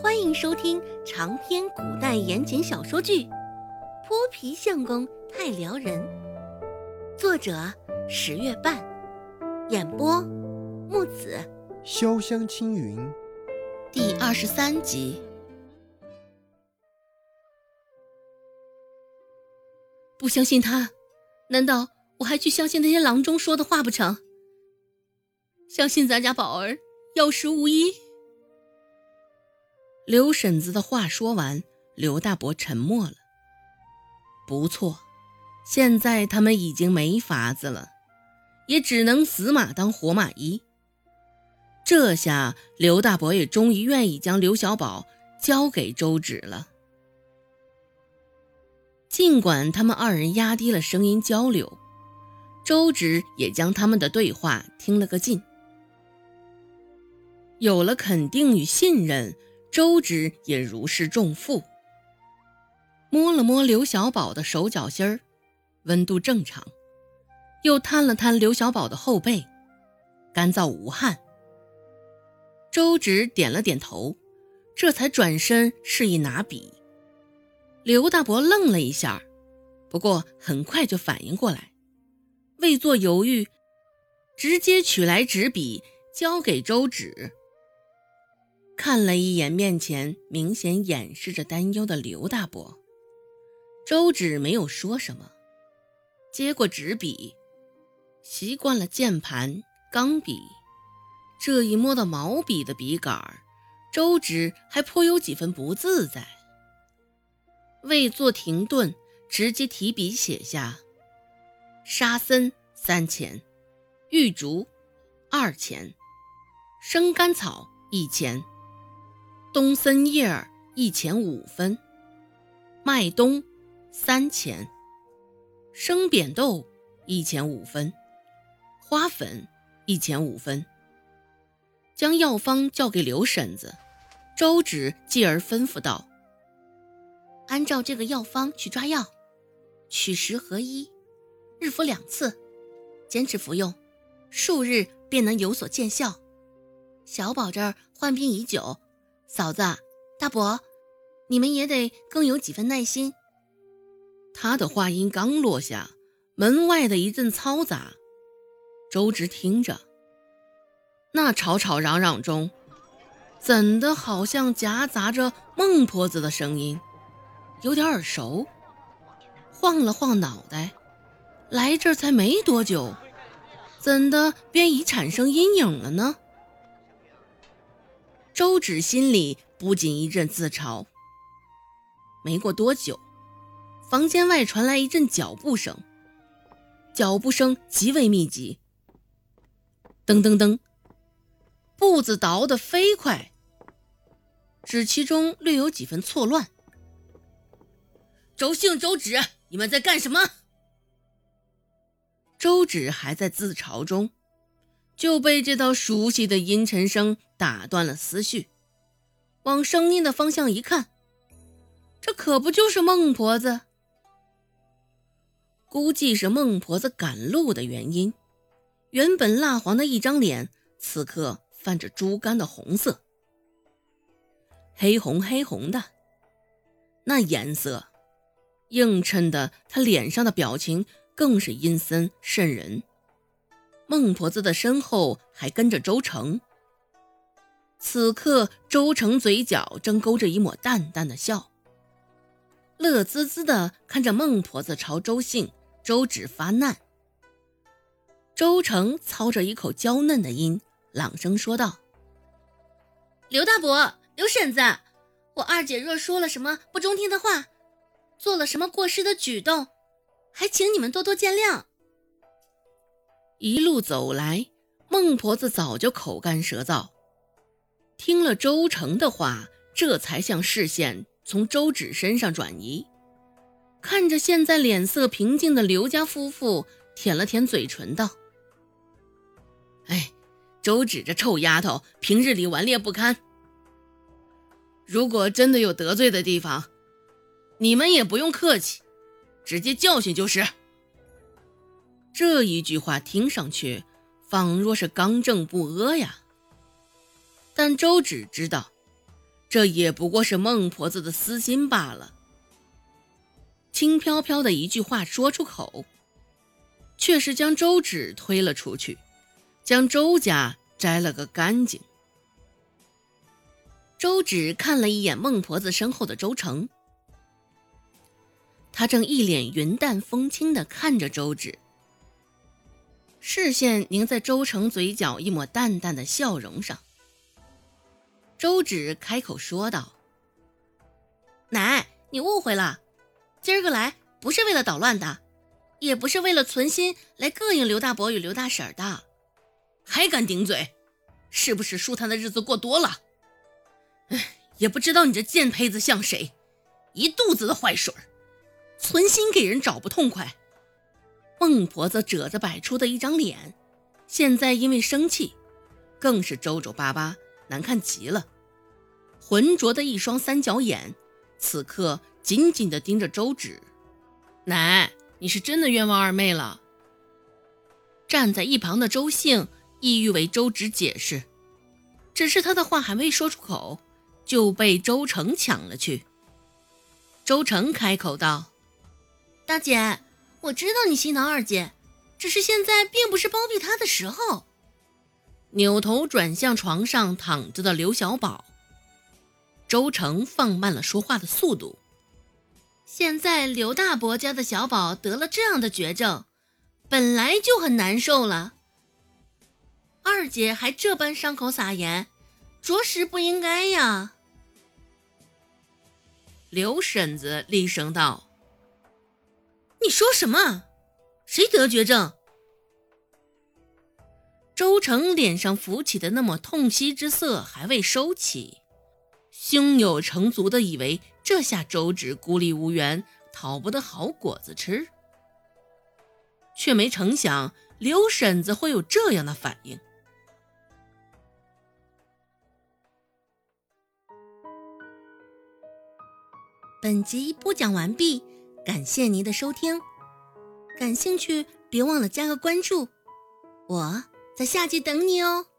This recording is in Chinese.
欢迎收听长篇古代言情小说剧《泼皮相公太撩人》，作者十月半，演播木子潇湘青云， 第23集。不相信他，难道我还去相信那些郎中说的话不成？相信咱家宝儿有实无依。刘婶子的话说完，刘大伯沉默了。不错，现在他们已经没法子了，也只能死马当活马医。这下刘大伯也终于愿意将刘小宝交给周芷了。尽管他们二人压低了声音交流，周芷也将他们的对话听了个尽。有了肯定与信任，周芷也如释重负，摸了摸刘小宝的手脚心儿，温度正常，又探了探刘小宝的后背，干燥无汗。周芷点了点头，这才转身示意拿笔。刘大伯愣了一下，不过很快就反应过来，未作犹豫，直接取来纸笔交给周芷。看了一眼面前明显掩饰着担忧的刘大伯，周芷没有说什么，接过纸笔，习惯了键盘、钢笔，这一摸到毛笔的笔杆，周芷还颇有几分不自在。未做停顿，直接提笔写下：沙参3钱，玉竹2钱，生甘草1钱，冬参叶1钱5分，麦冬3钱，生扁豆1钱5分，花粉1钱5分。将药方交给刘婶子，周芷继而吩咐道：按照这个药方去抓药，取实合一，日服2次，坚持服用，数日便能有所见效。小宝这儿患病已久，嫂子、大伯，你们也得更有几分耐心。他的话音刚落下，门外的一阵嘈杂，周芷听着，那吵吵嚷嚷中，怎的好像夹杂着孟婆子的声音，有点耳熟。晃了晃脑袋，来这儿才没多久，怎的便已产生阴影了呢？周芷心里不禁一阵自嘲。没过多久，房间外传来一阵脚步声，脚步声极为密集，噔噔噔，步子倒得飞快，只其中略有几分错乱。周姓周芷，你们在干什么？周芷还在自嘲中，就被这道熟悉的阴沉声打断了思绪。往声音的方向一看，这可不就是孟婆子？估计是孟婆子赶路的原因，原本蜡黄的一张脸，此刻泛着猪肝的红色，黑红黑红的，那颜色映衬的他脸上的表情更是阴森瘆人。孟婆子的身后还跟着周成，此刻周成嘴角正勾着一抹淡淡的笑，乐滋滋地看着孟婆子朝周姓周芷发难。周成操着一口娇嫩的音，朗声说道：刘大伯、刘婶子，我二姐若说了什么不中听的话，做了什么过失的举动，还请你们多多见谅。一路走来，孟婆子早就口干舌燥，听了周成的话，这才将视线从周芷身上转移，看着现在脸色平静的刘家夫妇，舔了舔嘴唇道：哎，周芷这臭丫头平日里顽劣不堪，如果真的有得罪的地方，你们也不用客气，直接教训就是。这一句话听上去仿若是刚正不阿呀，但周芷知道这也不过是孟婆子的私心罢了。轻飘飘的一句话说出口，却是将周芷推了出去，将周家摘了个干净。周芷看了一眼孟婆子身后的周成，他正一脸云淡风轻地看着周芷，视线凝在周成嘴角一抹淡淡的笑容上。周芷开口说道：奶，你误会了，今儿个来不是为了捣乱的，也不是为了存心来膈应刘大伯与刘大婶的。还敢顶嘴，是不是舒坦的日子过多了？也不知道你这贱胚子像谁，一肚子的坏水，存心给人找不痛快。孟婆子褶着摆出的一张脸，现在因为生气更是皱皱巴巴，难看极了。浑浊的一双三角眼此刻紧紧地盯着周芷。奶，你是真的冤枉二妹了。站在一旁的周兴意欲为周芷解释，只是他的话还未说出口，就被周成抢了去。周成开口道：大姐，我知道你心疼二姐，只是现在并不是包庇她的时候。扭头转向床上躺着的刘小宝，周成放慢了说话的速度。现在刘大伯家的小宝得了这样的绝症，本来就很难受了，二姐还这般伤口撒盐，着实不应该呀。刘婶子厉声道：你说什么？谁得绝症？周成脸上浮起的那抹痛惜之色还未收起，胸有成竹地以为这下周芷孤立无援，讨不得好果子吃，却没成想刘婶子会有这样的反应。本集播讲完毕，感谢您的收听，感兴趣别忘了加个关注，我在下集等你哦。